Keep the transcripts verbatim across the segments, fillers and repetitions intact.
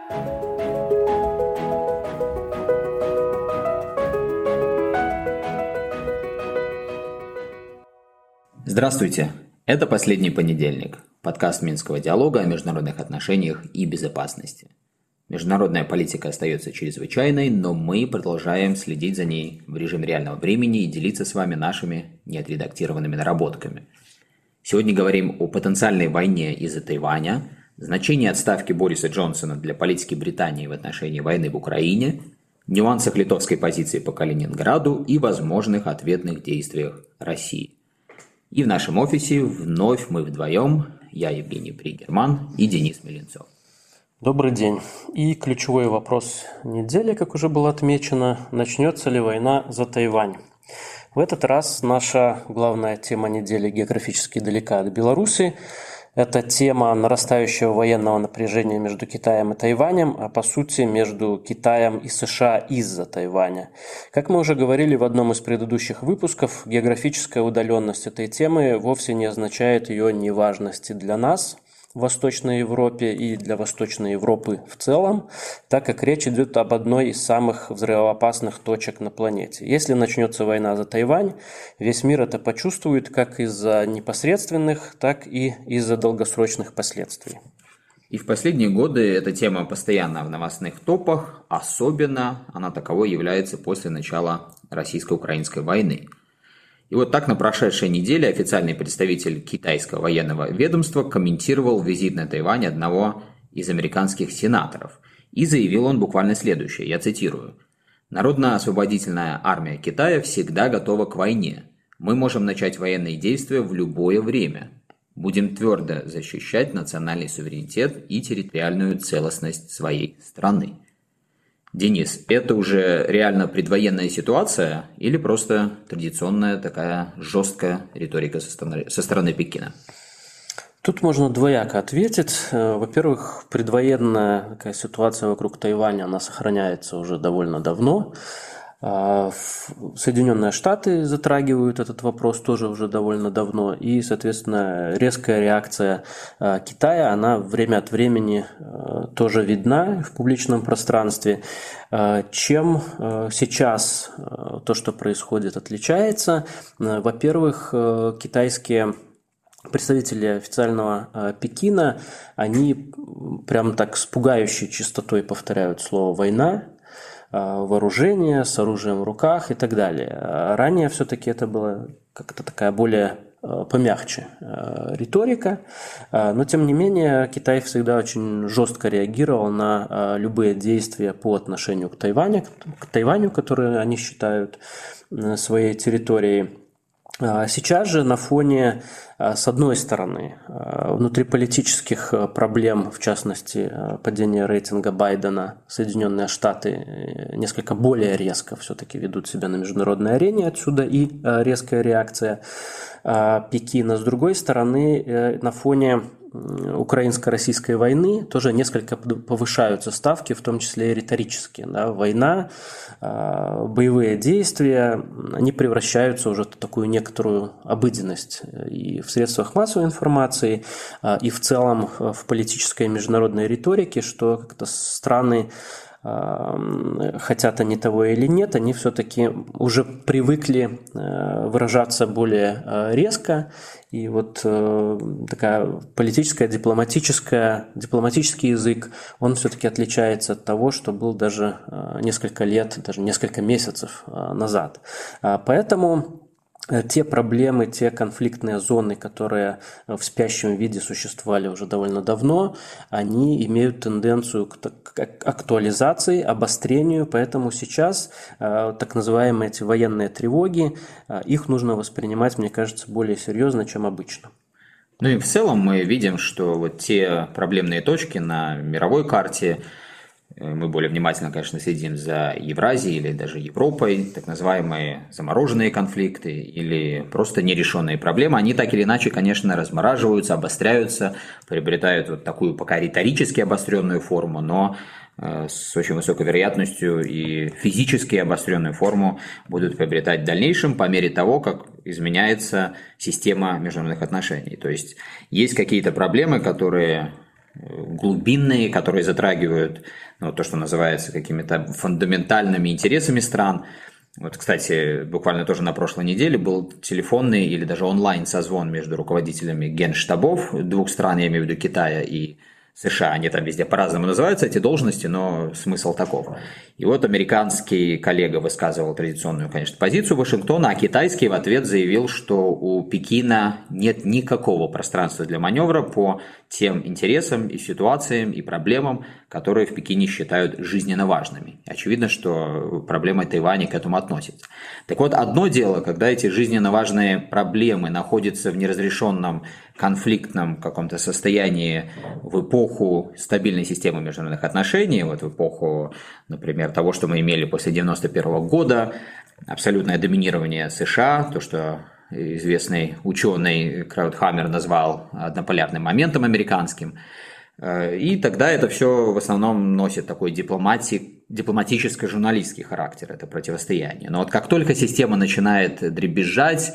Здравствуйте! Это «Последний понедельник» – подкаст Минского диалога о международных отношениях и безопасности. Международная политика остается чрезвычайной, но мы продолжаем следить за ней в режиме реального времени и делиться с вами нашими неотредактированными наработками. Сегодня говорим о потенциальной войне из-за Тайваня, значении отставки Бориса Джонсона для политики Британии в отношении войны в Украине, нюансах литовской позиции по Калининграду и возможных ответных действиях России. И в нашем офисе вновь мы вдвоем, я Евгений Пригерман и Денис Меленцов. Добрый день. И ключевой вопрос недели, как уже было отмечено, начнется ли война за Тайвань? В этот раз наша главная тема недели географически далека от Беларуси. Это тема нарастающего военного напряжения между Китаем и Тайванем, а по сути между Китаем и США из-за Тайваня. Как мы уже говорили в одном из предыдущих выпусков, географическая удаленность этой темы вовсе не означает ее неважности для нас в Восточной Европе и для Восточной Европы в целом, так как речь идет об одной из самых взрывоопасных точек на планете. Если начнется война за Тайвань, весь мир это почувствует как из-за непосредственных, так и из-за долгосрочных последствий. И в последние годы эта тема постоянно в новостных топах, особенно она таковой является после начала российско-украинской войны. И вот так на прошедшей неделе официальный представитель китайского военного ведомства комментировал визит на Тайвань одного из американских сенаторов. И заявил он буквально следующее, я цитирую. «Народно-освободительная армия Китая всегда готова к войне. Мы можем начать военные действия в любое время. Будем твердо защищать национальный суверенитет и территориальную целостность своей страны». Денис, это уже реально предвоенная ситуация или просто традиционная такая жесткая риторика со стороны, со стороны Пекина? Тут можно двояко ответить. Во-первых, предвоенная такая ситуация вокруг Тайваня, она сохраняется уже довольно давно. Соединенные Штаты затрагивают этот вопрос тоже уже довольно давно, и, соответственно, резкая реакция Китая, она время от времени тоже видна в публичном пространстве. Чем сейчас то, что происходит, отличается? Во-первых, китайские представители официального Пекина, они прям так с пугающей частотой повторяют слово «война», вооружение, с оружием в руках и так далее. Ранее все-таки это была как-то такая более помягче риторика, но тем не менее Китай всегда очень жестко реагировал на любые действия по отношению к Тайваню, к Тайваню, которые они считают своей территорией. Сейчас же на фоне, с одной стороны, внутриполитических проблем, в частности, падения рейтинга Байдена, Соединенные Штаты несколько более резко все-таки ведут себя на международной арене, отсюда и резкая реакция Пекина. С другой стороны, на фоне украинско-российской войны тоже несколько повышаются ставки, в том числе и риторические. Да? Война, боевые действия, они превращаются уже в такую некоторую обыденность и в средствах массовой информации, и в целом в политической и международной риторике, что как-то страны, хотят они того или нет, они все-таки уже привыкли выражаться более резко. И вот такая политическая, дипломатическая, дипломатический язык, он все-таки отличается от того, что был даже несколько лет, даже несколько месяцев назад. Поэтому те проблемы, те конфликтные зоны, которые в спящем виде существовали уже довольно давно, они имеют тенденцию к актуализации, обострению, поэтому сейчас так называемые эти военные тревоги, их нужно воспринимать, мне кажется, более серьезно, чем обычно. Ну и в целом мы видим, что вот те проблемные точки на мировой карте, мы более внимательно, конечно, следим за Евразией или даже Европой, так называемые замороженные конфликты или просто нерешенные проблемы, они так или иначе, конечно, размораживаются, обостряются, приобретают вот такую пока риторически обостренную форму, но с очень высокой вероятностью и физически обостренную форму будут приобретать в дальнейшем по мере того, как изменяется система международных отношений. То есть есть какие-то проблемы, которые глубинные, которые затрагивают ну, то, что называется какими-то фундаментальными интересами стран. Вот, кстати, буквально тоже на прошлой неделе был телефонный или даже онлайн-созвон между руководителями генштабов двух стран, я имею в виду Китая и США. Они там везде по-разному называются, эти должности, но смысл таков. И вот американский коллега высказывал традиционную, конечно, позицию Вашингтона, а китайский в ответ заявил, что у Пекина нет никакого пространства для маневра по тем интересам и ситуациям и проблемам, которые в Пекине считают жизненно важными. Очевидно, что проблема Тайваня к этому относится. Так вот, одно дело, когда эти жизненно важные проблемы находятся в неразрешенном конфликтном каком-то состоянии в эпоху стабильной системы международных отношений, вот в эпоху, например, того, что мы имели после девяносто первого года, абсолютное доминирование США, то, что известный ученый Краутхаммер назвал однополярным моментом американским. И тогда это все в основном носит такой дипломати... дипломатическо-журналистский характер, это противостояние. Но вот как только система начинает дребезжать,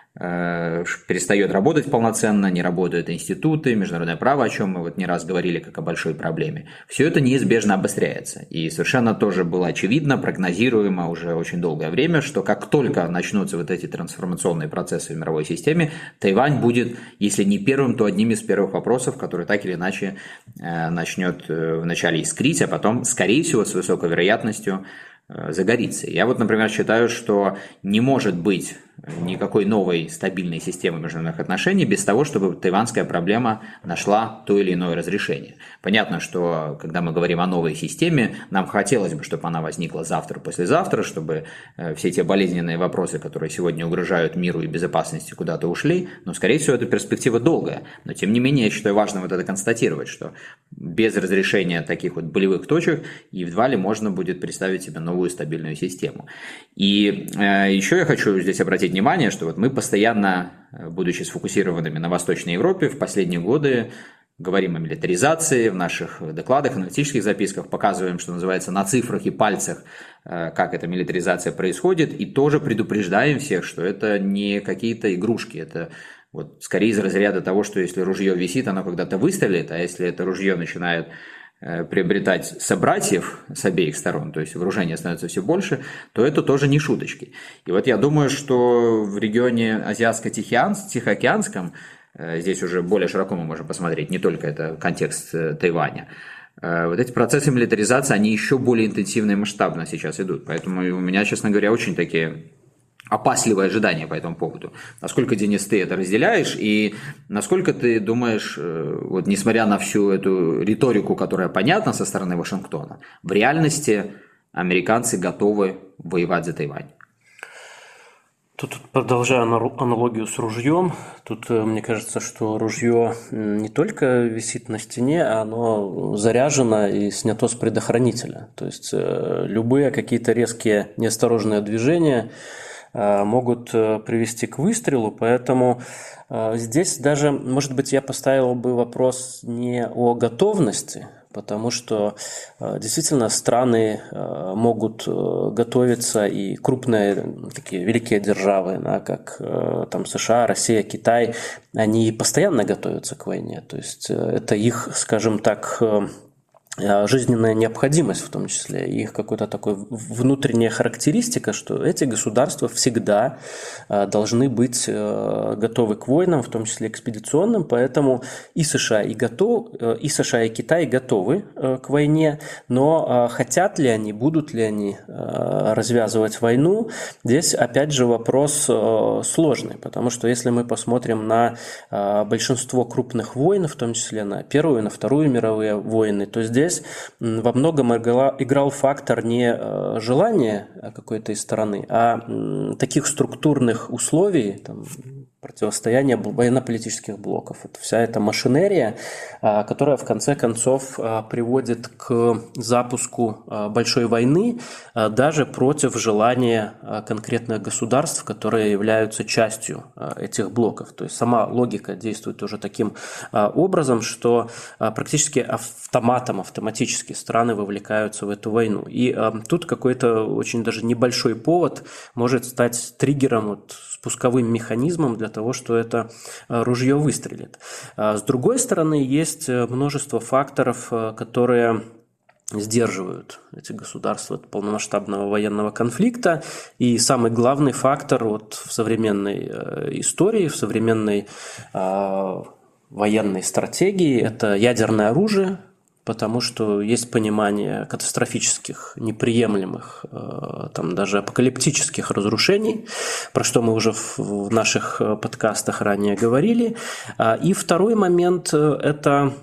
перестает работать полноценно, не работают институты, международное право, о чем мы вот не раз говорили, как о большой проблеме. Все это неизбежно обостряется. И совершенно тоже было очевидно, прогнозируемо уже очень долгое время, что как только начнутся вот эти трансформационные процессы в мировой системе, Тайвань будет, если не первым, то одним из первых вопросов, который так или иначе начнет вначале искрить, а потом, скорее всего, с высокой вероятностью загорится. Я вот, например, считаю, что не может быть никакой новой стабильной системы международных отношений без того, чтобы тайванская проблема нашла то или иное разрешение. Понятно, что когда мы говорим о новой системе, нам хотелось бы, чтобы она возникла завтра, послезавтра, чтобы все те болезненные вопросы, которые сегодня угрожают миру и безопасности, куда-то ушли, но, скорее всего, эта перспектива долгая. Но, тем не менее, я считаю важным вот это констатировать, что без разрешения таких вот болевых точек едва ли можно будет представить себе новую стабильную систему. И э, еще я хочу здесь обратить внимание, что вот мы постоянно, будучи сфокусированными на Восточной Европе, в последние годы говорим о милитаризации, в наших докладах, аналитических записках показываем, что называется, на цифрах и пальцах, как эта милитаризация происходит, и тоже предупреждаем всех, что это не какие-то игрушки, это вот скорее из разряда того, что если ружье висит, оно когда-то выстрелит, а если это ружье начинает приобретать собратьев с обеих сторон, то есть вооружение становится все больше, то это тоже не шуточки. И вот я думаю, что в регионе Азиатско-Тихоокеанском, здесь уже более широко мы можем посмотреть, не только это контекст Тайваня, вот эти процессы милитаризации, они еще более интенсивно и масштабно сейчас идут. Поэтому у меня, честно говоря, очень такие опасливые ожидания по этому поводу. Насколько, Денис, ты это разделяешь, и насколько ты думаешь, вот несмотря на всю эту риторику, которая понятна со стороны Вашингтона, в реальности американцы готовы воевать за Тайвань? Тут, продолжая аналогию с ружьем, тут мне кажется, что ружье не только висит на стене, а оно заряжено и снято с предохранителя. То есть любые какие-то резкие неосторожные движения могут привести к выстрелу, поэтому здесь даже, может быть, я поставил бы вопрос не о готовности, потому что действительно страны могут готовиться, и крупные такие великие державы, да, как там США, Россия, Китай, они постоянно готовятся к войне, то есть это их, скажем так, жизненная необходимость в том числе, их какая-то такая внутренняя характеристика, что эти государства всегда должны быть готовы к войнам, в том числе экспедиционным, поэтому и США, и, готов, и США, и Китай готовы к войне, но хотят ли они, будут ли они развязывать войну, здесь опять же вопрос сложный, потому что если мы посмотрим на большинство крупных войн, в том числе на Первую и на Вторую мировые войны, то здесь Здесь во многом играл фактор не желания какой-то из стороны, а таких структурных условий, там, противостояния военно-политических блоков. Вот вся эта машинерия, которая в конце концов приводит к запуску большой войны даже против желания конкретных государств, которые являются частью этих блоков. То есть сама логика действует уже таким образом, что практически автоматом, автоматически страны вовлекаются в эту войну. И тут какой-то очень даже небольшой повод может стать триггером, вот, спусковым механизмом для того, что это ружье выстрелит. С другой стороны, есть множество факторов, которые сдерживают эти государства от полномасштабного военного конфликта. И самый главный фактор вот в современной истории, в современной э, военной стратегии – это ядерное оружие, потому что есть понимание катастрофических, неприемлемых, э, там даже апокалиптических разрушений, про что мы уже в, в наших подкастах ранее говорили. И второй момент – это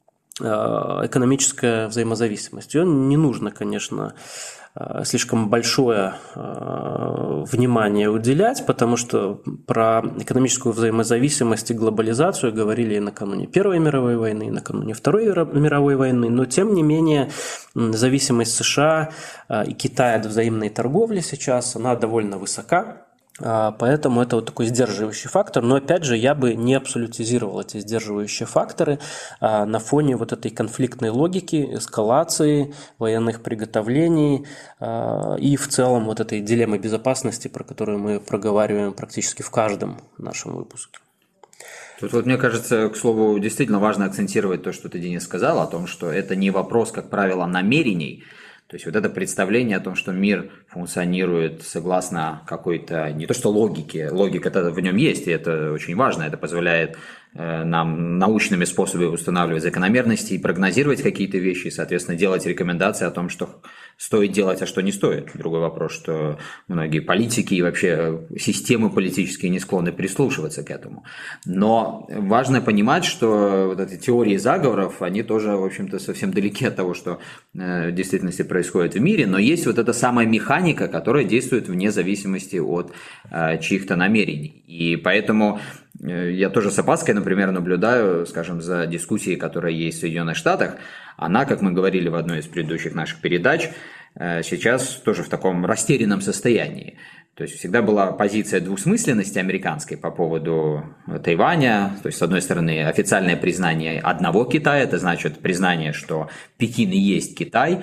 экономическая взаимозависимость. Ее не нужно, конечно, слишком большое внимание уделять, потому что про экономическую взаимозависимость и глобализацию говорили и накануне Первой мировой войны, и накануне Второй мировой войны, но тем не менее зависимость США и Китая от взаимной торговли сейчас, она довольно высока. Поэтому это вот такой сдерживающий фактор. Но опять же, я бы не абсолютизировал эти сдерживающие факторы на фоне вот этой конфликтной логики, эскалации, военных приготовлений и в целом вот этой дилеммы безопасности, про которую мы проговариваем практически в каждом нашем выпуске. Тут вот, мне кажется, к слову, действительно важно акцентировать то, что ты, Денис, сказал, о том, что это не вопрос, как правило, намерений. То есть вот это представление о том, что мир функционирует согласно какой-то, не то что логике, логика-то в нем есть, и это очень важно, это позволяет э, нам научными способами устанавливать закономерности и прогнозировать какие-то вещи, и, соответственно, делать рекомендации о том, что стоит делать, а что не стоит. Другой вопрос, что многие политики и вообще системы политические не склонны прислушиваться к этому. Но важно понимать, что вот эти теории заговоров, они тоже, в общем-то, совсем далеки от того, что э, в действительности происходит в мире, но есть вот эта самая механика, которая действует вне зависимости от э, чьих-то намерений. И поэтому э, я тоже с опаской, например, наблюдаю, скажем, за дискуссией, которая есть в Соединенных Штатах. Она, как мы говорили в одной из предыдущих наших передач, э, сейчас тоже в таком растерянном состоянии. То есть всегда была позиция двусмысленности американской по поводу Тайваня. То есть, с одной стороны, официальное признание одного Китая, это значит признание, что Пекин и есть Китай,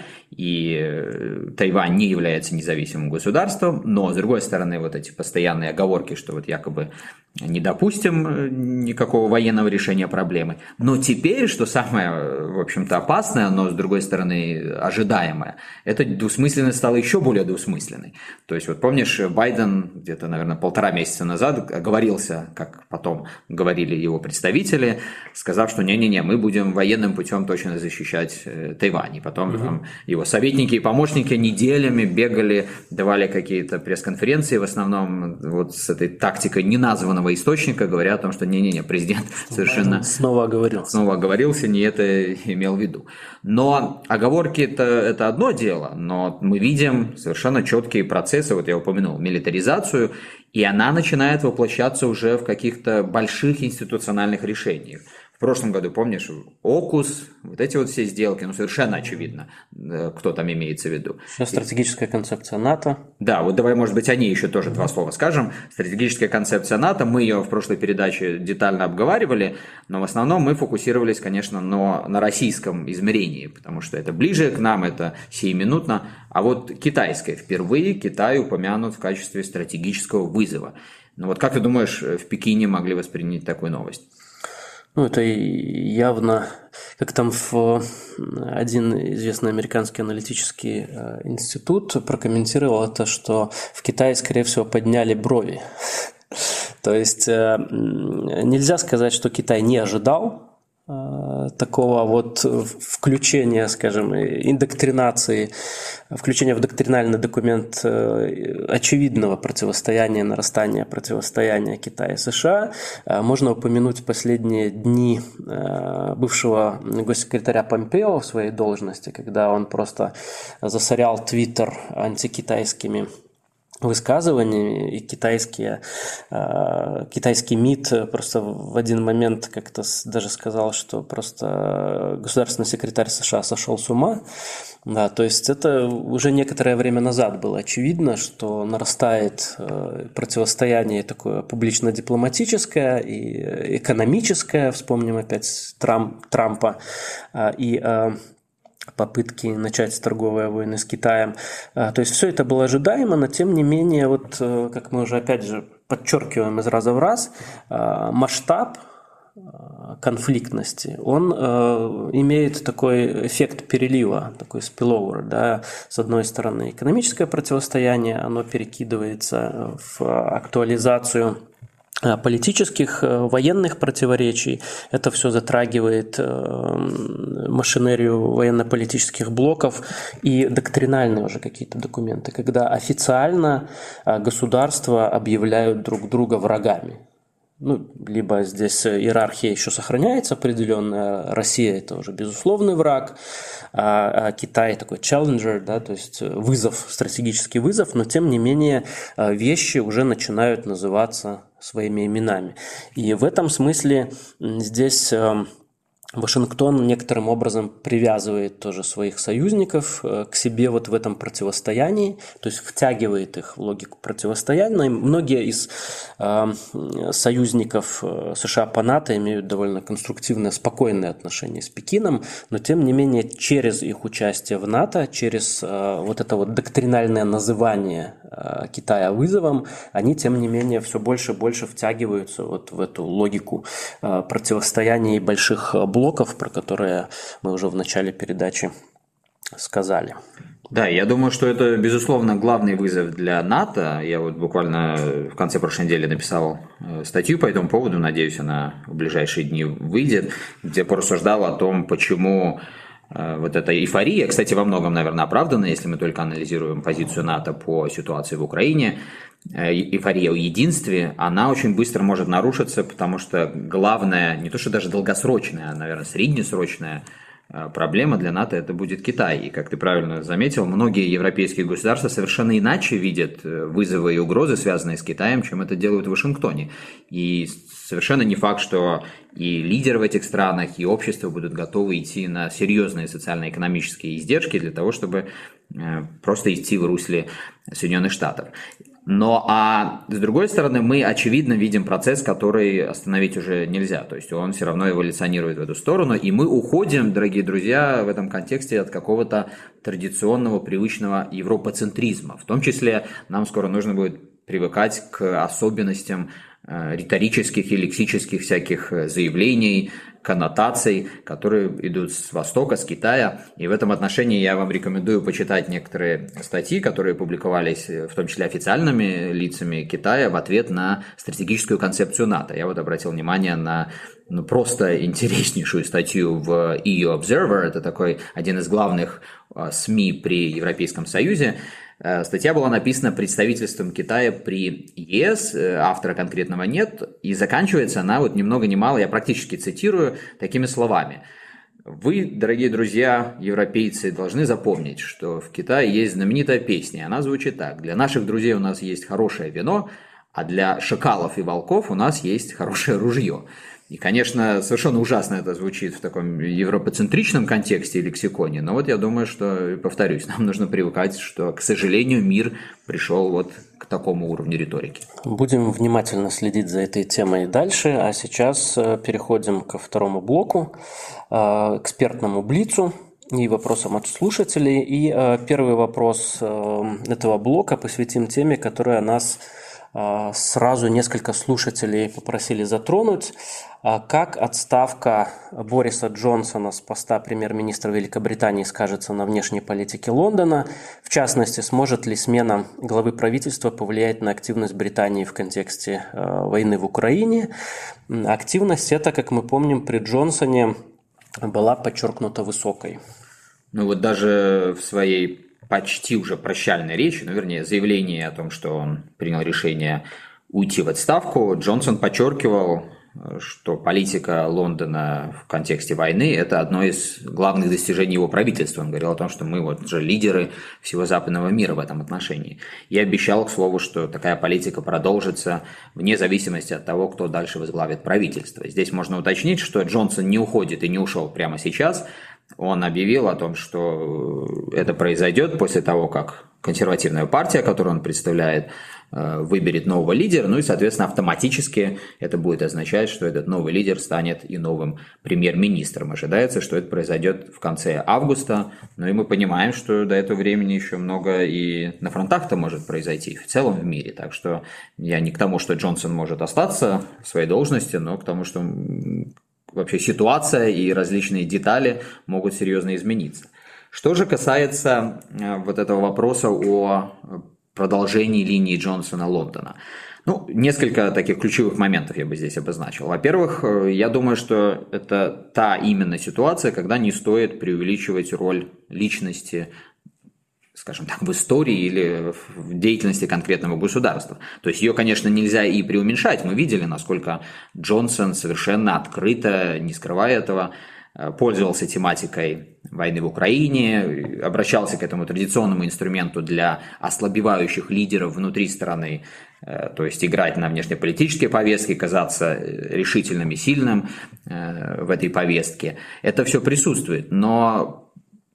и Тайвань не является независимым государством, но, с другой стороны, вот эти постоянные оговорки, что вот якобы не допустим никакого военного решения проблемы. Но теперь, что самое, в общем-то, опасное, но, с другой стороны, ожидаемое, эта двусмысленность стала еще более двусмысленной. То есть, вот помнишь, Байден где-то, наверное, полтора месяца назад оговорился, как потом говорили его представители, сказав, что не-не-не, мы будем военным путем точно защищать Тайвань. И потом угу. там его советники и помощники неделями бегали, давали какие-то пресс-конференции, в основном вот с этой тактикой неназванного источника, говоря о том, что не-не-не, президент совершенно... Снова оговорился. Снова оговорился, не это имел в виду. Но оговорки это, это одно дело, но мы видим совершенно четкие процессы, вот я упомянул, милитаризацию, и она начинает воплощаться уже в каких-то больших институциональных решениях. В прошлом году, помнишь, ОКУС, вот эти вот все сделки, ну, совершенно очевидно, кто там имеется в виду. Сейчас стратегическая концепция НАТО. Да, вот давай, может быть, о ней еще тоже два слова скажем. Стратегическая концепция НАТО, мы ее в прошлой передаче детально обговаривали, но в основном мы фокусировались, конечно, на, на российском измерении, потому что это ближе к нам, это сиюминутно. А вот китайское, впервые Китай упомянут в качестве стратегического вызова. Ну вот как ты думаешь, в Пекине могли воспринять такую новость? Ну, это явно, как там в один известный американский аналитический институт прокомментировал это, что в Китае, скорее всего, подняли брови. То есть нельзя сказать, что Китай не ожидал такого вот включения, скажем, индоктринации, включения в доктринальный документ очевидного противостояния, нарастания противостояния Китая и США. Можно упомянуть в последние дни бывшего госсекретаря Помпео в своей должности, когда он просто засорял Твиттер антикитайскими высказываниями, и китайские, э, китайский МИД просто в один момент как-то даже сказал, что просто государственный секретарь США сошел с ума. Да, то есть это уже некоторое время назад было очевидно, что нарастает э, противостояние такое публично-дипломатическое и экономическое, вспомним опять Трамп, Трампа, э, и э, попытки начать торговые войны с Китаем. То есть все это было ожидаемо, но тем не менее, вот как мы уже опять же подчеркиваем из раза в раз, масштаб конфликтности, он э, имеет такой эффект перелива, такой spillover, да, с одной стороны экономическое противостояние, оно перекидывается в актуализацию политических, военных противоречий, это все затрагивает машинерию военно-политических блоков и доктринальные уже какие-то документы, когда официально государства объявляют друг друга врагами. Ну, либо здесь иерархия еще сохраняется определенная, Россия – это уже безусловный враг, а Китай – такой challenger, да, то есть вызов, стратегический вызов, но тем не менее вещи уже начинают называться своими именами. И в этом смысле здесь Вашингтон некоторым образом привязывает тоже своих союзников к себе вот в этом противостоянии, то есть втягивает их в логику противостояния. Многие из э, союзников США по НАТО имеют довольно конструктивные, спокойные отношения с Пекином, но тем не менее через их участие в НАТО, через э, вот это вот доктринальное называние э, Китая вызовом, они тем не менее все больше и больше втягиваются вот в эту логику э, противостояния и больших блоков, блоков, про которые мы уже в начале передачи сказали. Да, я думаю, что это, безусловно, главный вызов для НАТО. Я вот буквально в конце прошлой недели написал статью по этому поводу, надеюсь, она в ближайшие дни выйдет, где порассуждал о том, почему вот эта эйфория, кстати, во многом, наверное, оправдана, если мы только анализируем позицию НАТО по ситуации в Украине, эйфория о единстве, она очень быстро может нарушиться, потому что главная, не то что даже долгосрочная, а, наверное, среднесрочная проблема для НАТО – это будет Китай. И, как ты правильно заметил, многие европейские государства совершенно иначе видят вызовы и угрозы, связанные с Китаем, чем это делают в Вашингтоне. И совершенно не факт, что и лидеры в этих странах, и общество будут готовы идти на серьезные социально-экономические издержки для того, чтобы просто идти в русле Соединенных Штатов. Но а с другой стороны, мы очевидно видим процесс, который остановить уже нельзя. То есть он все равно эволюционирует в эту сторону. И мы уходим, дорогие друзья, в этом контексте от какого-то традиционного, привычного европоцентризма. В том числе нам скоро нужно будет привыкать к особенностям риторических и лексических всяких заявлений, коннотаций, которые идут с Востока, с Китая. И в этом отношении я вам рекомендую почитать некоторые статьи, которые публиковались в том числе официальными лицами Китая в ответ на стратегическую концепцию НАТО. Я вот обратил внимание на ну, просто интереснейшую статью в и ю Observer, это такой один из главных СМИ при Европейском Союзе. Статья была написана представительством Китая при ЕС, автора конкретного нет, и заканчивается она вот ни много ни мало, я практически цитирую, такими словами. Вы, дорогие друзья, европейцы, должны запомнить, что в Китае есть знаменитая песня, она звучит так. Для наших друзей у нас есть хорошее вино, а для шакалов и волков у нас есть хорошее ружье. И, конечно, совершенно ужасно это звучит в таком европоцентричном контексте и лексиконе, но вот я думаю, что, повторюсь, нам нужно привыкать, что, к сожалению, мир пришел вот к такому уровню риторики. Будем внимательно следить за этой темой дальше, а сейчас переходим ко второму блоку, экспертному блицу и вопросам от слушателей. И первый вопрос этого блока посвятим теме, которая нас сразу несколько слушателей попросили затронуть. Как отставка Бориса Джонсона с поста премьер-министра Великобритании скажется на внешней политике Лондона? В частности, сможет ли смена главы правительства повлиять на активность Британии в контексте войны в Украине? Активность эта, как мы помним, при Джонсоне была подчеркнута высокой. Ну вот даже в своей почти уже прощальной речи, ну, вернее, заявлении о том, что он принял решение уйти в отставку, Джонсон подчеркивал, что политика Лондона в контексте войны – это одно из главных достижений его правительства. Он говорил о том, что мы вот же лидеры всего западного мира в этом отношении. И обещал, к слову, что такая политика продолжится вне зависимости от того, кто дальше возглавит правительство. Здесь можно уточнить, что Джонсон не уходит и не ушел прямо сейчас, Он объявил о том, что это произойдет после того, как консервативная партия, которую он представляет, выберет нового лидера, ну и, соответственно, автоматически это будет означать, что этот новый лидер станет и новым премьер-министром. Ожидается, что это произойдет в конце августа, но и мы понимаем, что до этого времени еще много и на фронтах-то может произойти в целом в мире, так что я не к тому, что Джонсон может остаться в своей должности, но к тому, что вообще ситуация и различные детали могут серьезно измениться. Что же касается вот этого вопроса о продолжении линии Джонсона-Лондона. Ну, несколько таких ключевых моментов я бы здесь обозначил. Во-первых, я думаю, что это та именно ситуация, когда не стоит преувеличивать роль личности, скажем так, в истории или в деятельности конкретного государства. То есть ее, конечно, нельзя и преуменьшать. Мы видели, насколько Джонсон совершенно открыто, не скрывая этого, пользовался тематикой войны в Украине, обращался к этому традиционному инструменту для ослабевающих лидеров внутри страны, то есть играть на внешнеполитические повестки, казаться решительным и сильным в этой повестке. Это все присутствует, но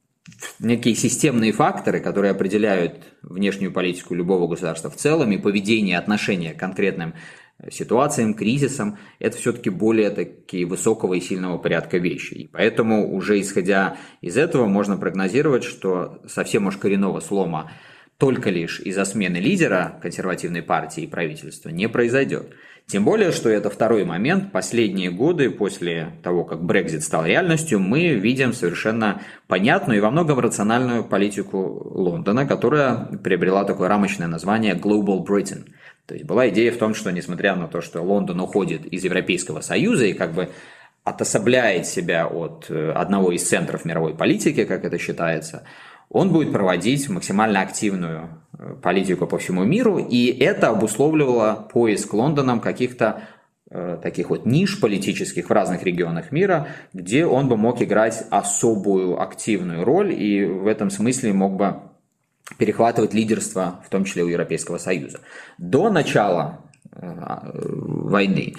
некие системные факторы, которые определяют внешнюю политику любого государства в целом и поведение, отношения к конкретным ситуациям, кризисам, это все-таки более такие высокого и сильного порядка вещи. И поэтому уже исходя из этого можно прогнозировать, что совсем уж коренного слома только лишь из-за смены лидера консервативной партии и правительства не произойдет. Тем более, что это второй момент. Последние годы, после того, как Брексит стал реальностью, мы видим совершенно понятную и во многом рациональную политику Лондона, которая приобрела такое рамочное название Global Britain. То есть была идея в том, что несмотря на то, что Лондон уходит из Европейского Союза и как бы отособляет себя от одного из центров мировой политики, как это считается, он будет проводить максимально активную политику по всему миру, и это обусловливало поиск Лондоном каких-то э, таких вот ниш политических в разных регионах мира, где он бы мог играть особую активную роль и в этом смысле мог бы перехватывать лидерство, в том числе у Европейского Союза. До начала э, войны,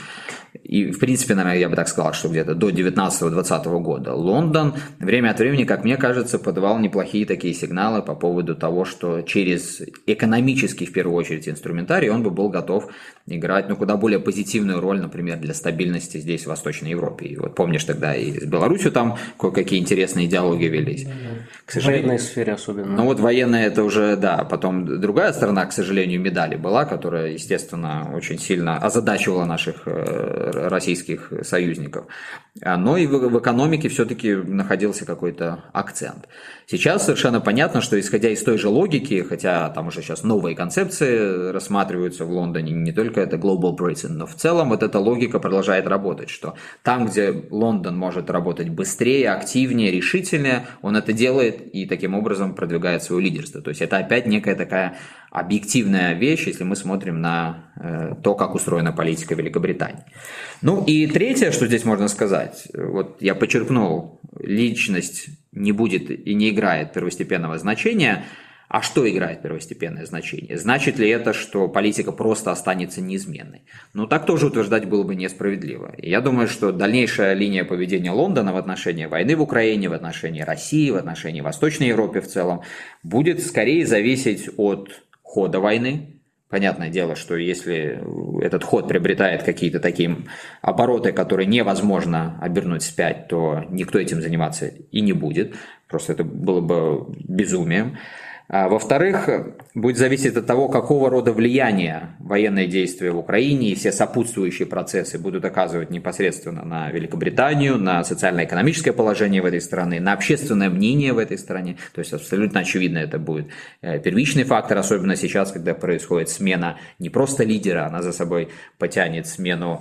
и в принципе, наверное, я бы так сказал, что где-то до девятнадцатого-двадцатого года Лондон время от времени, как мне кажется, подавал неплохие такие сигналы по поводу того, что через экономический, в первую очередь, инструментарий он бы был готов играть, ну, куда более позитивную роль, например, для стабильности здесь, в Восточной Европе. И вот помнишь, тогда и с Беларусью там кое-какие интересные диалоги велись. К сожалению, в военной сфере особенно. Ну вот военная это уже, да, потом другая сторона, к сожалению, медали была, которая, естественно, очень сильно озадачивала наших российских союзников. Но и в экономике все-таки находился какой-то акцент. Сейчас совершенно понятно, что исходя из той же логики, хотя там уже сейчас новые концепции рассматриваются в Лондоне, не только это Global Britain, но в целом вот эта логика продолжает работать, что там, где Лондон может работать быстрее, активнее, решительнее, он это делает и таким образом продвигает свое лидерство. То есть это опять некая такая объективная вещь, если мы смотрим на э, то, как устроена политика Великобритании. Ну и третье, что здесь можно сказать, вот я подчеркнул, личность не будет и не играет первостепенного значения. А что играет первостепенное значение? Значит ли это, что политика просто останется неизменной? Ну, так тоже утверждать было бы несправедливо. И я думаю, что дальнейшая линия поведения Лондона в отношении войны в Украине, в отношении России, в отношении Восточной Европы в целом будет скорее зависеть от хода войны. Понятное дело, что если этот ход приобретает какие-то такие обороты, которые невозможно обернуть вспять, то никто этим заниматься и не будет. Просто это было бы безумием. А во-вторых, будет зависеть от того, какого рода влияние военные действия в Украине и все сопутствующие процессы будут оказывать непосредственно на Великобританию, на социально-экономическое положение в этой стране, на общественное мнение в этой стране. То есть абсолютно очевидно это будет первичный фактор, особенно сейчас, когда происходит смена не просто лидера, она за собой потянет смену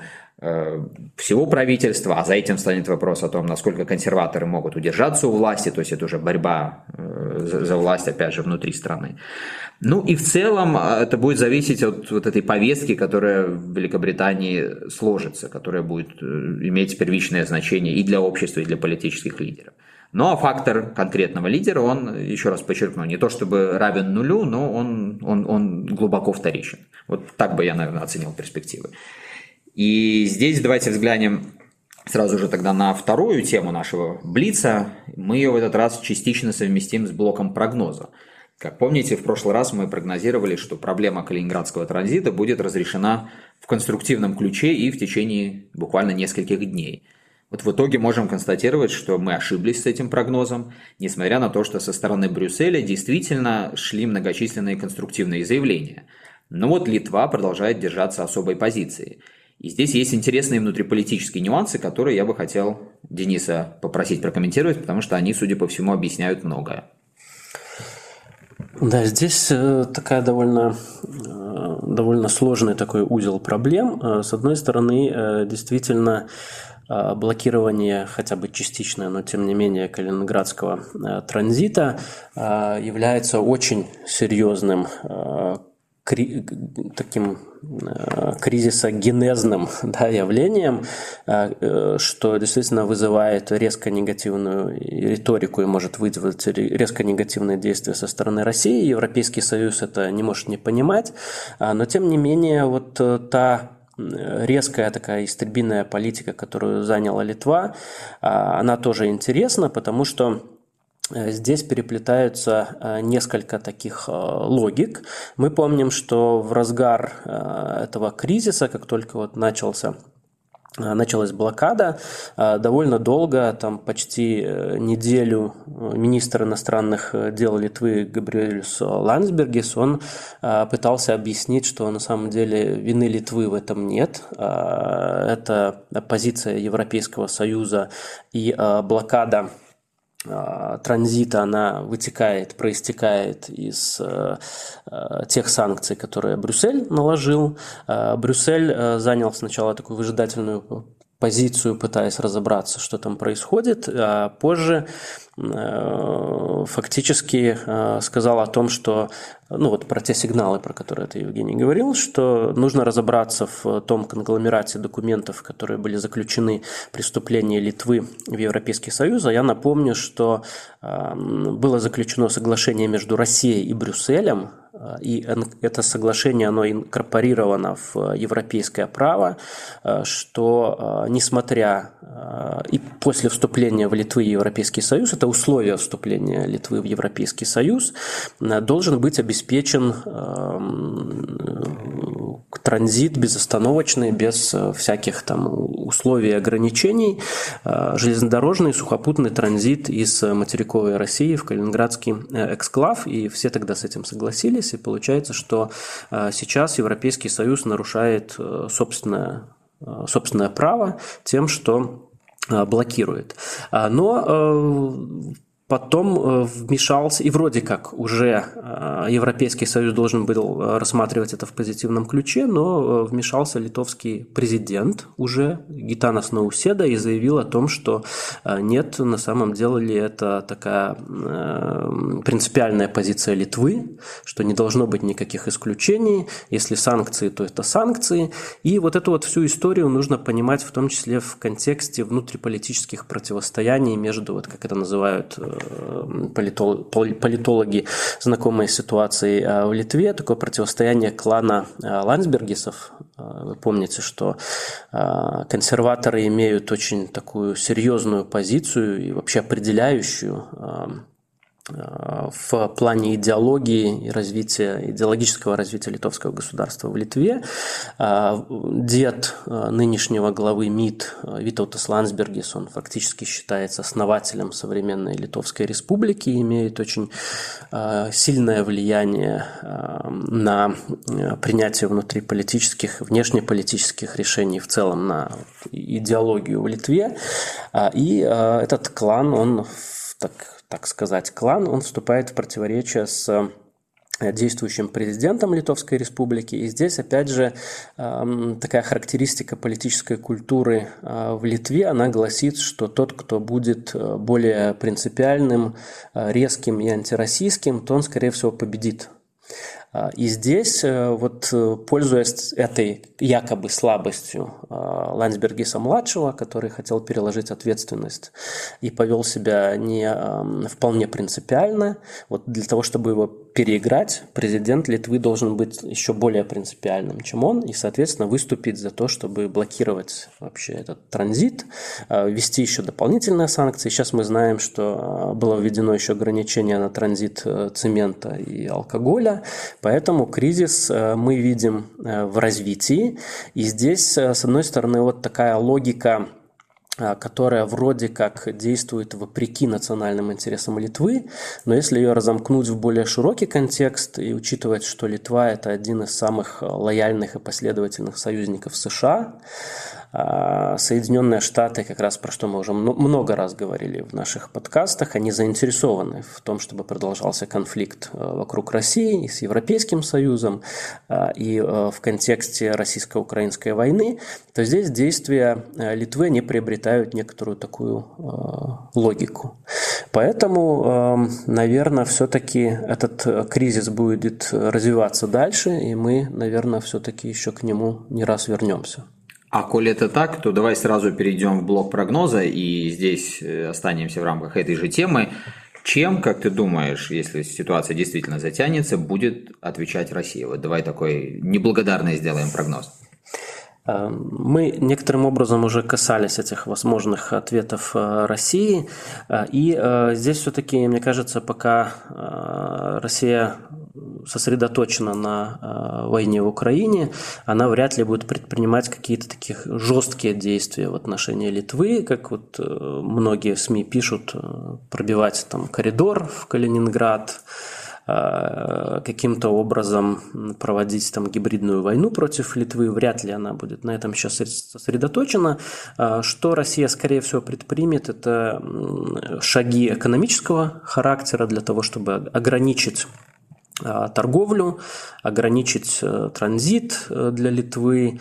всего правительства, а за этим станет вопрос о том, насколько консерваторы могут удержаться у власти, то есть это уже борьба за власть, опять же, внутри страны. Ну и в целом это будет зависеть от вот этой повестки, которая в Великобритании сложится, которая будет иметь первичное значение и для общества, и для политических лидеров. Ну а фактор конкретного лидера, он, еще раз подчеркну, не то чтобы равен нулю, но он, он, он глубоко вторичен. Вот так бы я, наверное, оценил перспективы. И здесь давайте взглянем сразу же тогда на вторую тему нашего блица. Мы ее в этот раз частично совместим с блоком прогноза. Как помните, в прошлый раз мы прогнозировали, что проблема калининградского транзита будет разрешена в конструктивном ключе и в течение буквально нескольких дней. Вот в итоге можем констатировать, что мы ошиблись с этим прогнозом, несмотря на то, что со стороны Брюсселя действительно шли многочисленные конструктивные заявления. Но вот Литва продолжает держаться особой позиции. И здесь есть интересные внутриполитические нюансы, которые я бы хотел Дениса попросить прокомментировать, потому что они, судя по всему, объясняют многое. Да, здесь такая довольно, довольно сложный такой узел проблем. С одной стороны, действительно, блокирование, хотя бы частичное, но тем не менее, калининградского транзита является очень серьезным таким кризисогенезным, да, явлением, что действительно вызывает резко негативную риторику и может вызвать резко негативные действия со стороны России. Европейский Союз это не может не понимать, но тем не менее вот та резкая такая истребительная политика, которую заняла Литва, она тоже интересна, потому что здесь переплетаются несколько таких логик. Мы помним, что в разгар этого кризиса, как только вот начался началась блокада, довольно долго, там почти неделю, министр иностранных дел Литвы Габриэлюс Ландсбергис, он пытался объяснить, что на самом деле вины Литвы в этом нет. Это позиция Европейского Союза и блокада транзита, она вытекает, проистекает из э, тех санкций, которые Брюссель наложил. Э, Брюссель э, занял сначала такую выжидательную позицию, пытаясь разобраться, что там происходит, а позже э, фактически э, сказал о том, что, ну вот про те сигналы, про которые ты, Евгений, говорил, что нужно разобраться в том конгломерате документов, которые были заключены при вступлении Литвы в Европейский Союз. А я напомню, что э, было заключено соглашение между Россией и Брюсселем, и это соглашение, оно инкорпорировано в европейское право, что несмотря и после вступления в Литву в Европейский Союз, это условие вступления Литвы в Европейский Союз, должен быть обеспечен транзит безостановочный, без всяких там условий и ограничений, железнодорожный сухопутный транзит из материковой России в Калининградский эксклав, и все тогда с этим согласились. И получается, что сейчас Европейский Союз нарушает собственное, собственное право тем, что блокирует. Но потом вмешался, и вроде как уже Европейский Союз должен был рассматривать это в позитивном ключе, но вмешался литовский президент уже, Гитанас Науседа, и заявил о том, что нет, на самом деле это такая принципиальная позиция Литвы, что не должно быть никаких исключений, если санкции, то это санкции, и вот эту вот всю историю нужно понимать в том числе в контексте внутриполитических противостояний между, вот как это называют политологи, знакомые с ситуацией в Литве, такое противостояние клана Ландсбергисов. Вы помните, что консерваторы имеют очень такую серьезную позицию и вообще определяющую в плане идеологии и развития, идеологического развития литовского государства в Литве. Дед нынешнего главы МИД Витаутас Ландсбергис, он фактически считается основателем современной Литовской республики и имеет очень сильное влияние на принятие внутриполитических, внешнеполитических решений в целом, на идеологию в Литве. И этот клан, он так так сказать, клан, он вступает в противоречие с действующим президентом Литовской Республики. И здесь, опять же, такая характеристика политической культуры в Литве, она гласит, что тот, кто будет более принципиальным, резким и антироссийским, то он, скорее всего, победит. И здесь, вот, пользуясь этой якобы слабостью Ландсбергиса-младшего, который хотел переложить ответственность и повел себя не вполне принципиально, вот для того, чтобы его переиграть, президент Литвы должен быть еще более принципиальным, чем он, и, соответственно, выступить за то, чтобы блокировать вообще этот транзит, ввести еще дополнительные санкции. Сейчас мы знаем, что было введено еще ограничение на транзит цемента и алкоголя, поэтому кризис мы видим в развитии. И здесь, с одной стороны, вот такая логика, которая вроде как действует вопреки национальным интересам Литвы, но если ее разомкнуть в более широкий контекст и учитывать, что Литва – это один из самых лояльных и последовательных союзников США, Соединенные Штаты, как раз про что мы уже много раз говорили в наших подкастах, они заинтересованы в том, чтобы продолжался конфликт вокруг России и с Европейским Союзом, и в контексте российско-украинской войны, то здесь действия Литвы не приобретают некоторую такую логику. Поэтому, наверное, все-таки этот кризис будет развиваться дальше, и мы, наверное, все-таки еще к нему не раз вернемся. А коли это так, то давай сразу перейдем в блок прогноза и здесь останемся в рамках этой же темы. Чем, как ты думаешь, если ситуация действительно затянется, будет отвечать Россия? Вот давай такой неблагодарный сделаем прогноз. Мы некоторым образом уже касались этих возможных ответов России, и здесь все-таки, мне кажется, пока Россия сосредоточена на войне в Украине, она вряд ли будет предпринимать какие-то такие жесткие действия в отношении Литвы, как вот многие СМИ пишут, пробивать там коридор в Калининград, каким-то образом проводить там гибридную войну против Литвы, вряд ли она будет на этом сейчас сосредоточена. Что Россия, скорее всего, предпримет, это шаги экономического характера для того, чтобы ограничить торговлю, ограничить транзит для Литвы.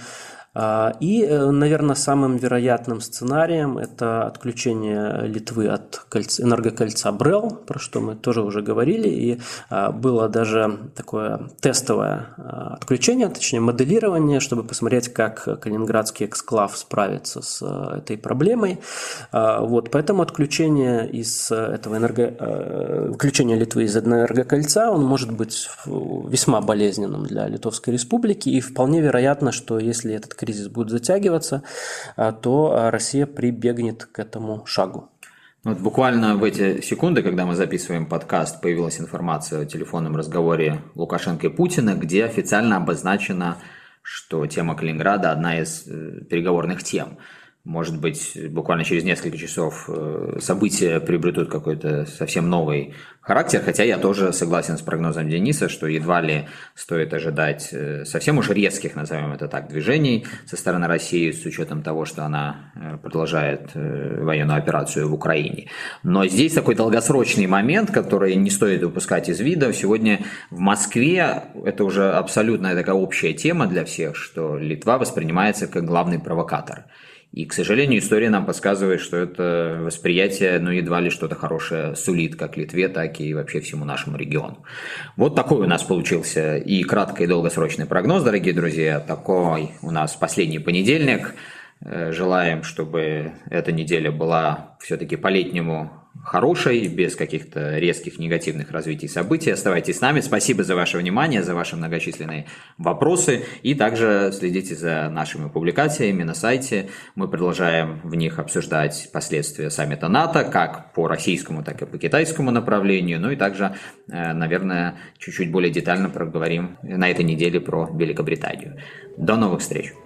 И, наверное, самым вероятным сценарием это отключение Литвы от энергокольца БРЭЛ, про что мы тоже уже говорили, и было даже такое тестовое отключение, точнее моделирование, чтобы посмотреть, как Калининградский эксклав справится с этой проблемой. Вот, поэтому отключение из этого энерго... включение Литвы из энергокольца, он может быть весьма болезненным для Литовской Республики, и вполне вероятно, что если этот кризис будет затягиваться, то Россия прибегнет к этому шагу. Вот буквально в эти секунды, когда мы записываем подкаст, появилась информация о телефонном разговоре Лукашенко и Путина, где официально обозначено, что тема Калининграда – одна из переговорных тем. Может быть, буквально через несколько часов события приобретут какой-то совсем новый характер, хотя я тоже согласен с прогнозом Дениса, что едва ли стоит ожидать совсем уж резких, назовем это так, движений со стороны России с учетом того, что она продолжает военную операцию в Украине. Но здесь такой долгосрочный момент, который не стоит упускать из вида. Сегодня в Москве это уже абсолютно такая общая тема для всех, что Литва воспринимается как главный провокатор. И, к сожалению, история нам подсказывает, что это восприятие, ну, едва ли что-то хорошее сулит как Литве, так и вообще всему нашему региону. Вот такой у нас получился и краткий, и долгосрочный прогноз, дорогие друзья. Такой у нас последний понедельник. Желаем, чтобы эта неделя была все-таки по-летнему хорошей, без каких-то резких негативных развитий событий. Оставайтесь с нами. Спасибо за ваше внимание, за ваши многочисленные вопросы. И также следите за нашими публикациями на сайте. Мы продолжаем в них обсуждать последствия саммита НАТО, как по российскому, так и по китайскому направлению. Ну и также, наверное, чуть-чуть более детально проговорим на этой неделе про Великобританию. До новых встреч!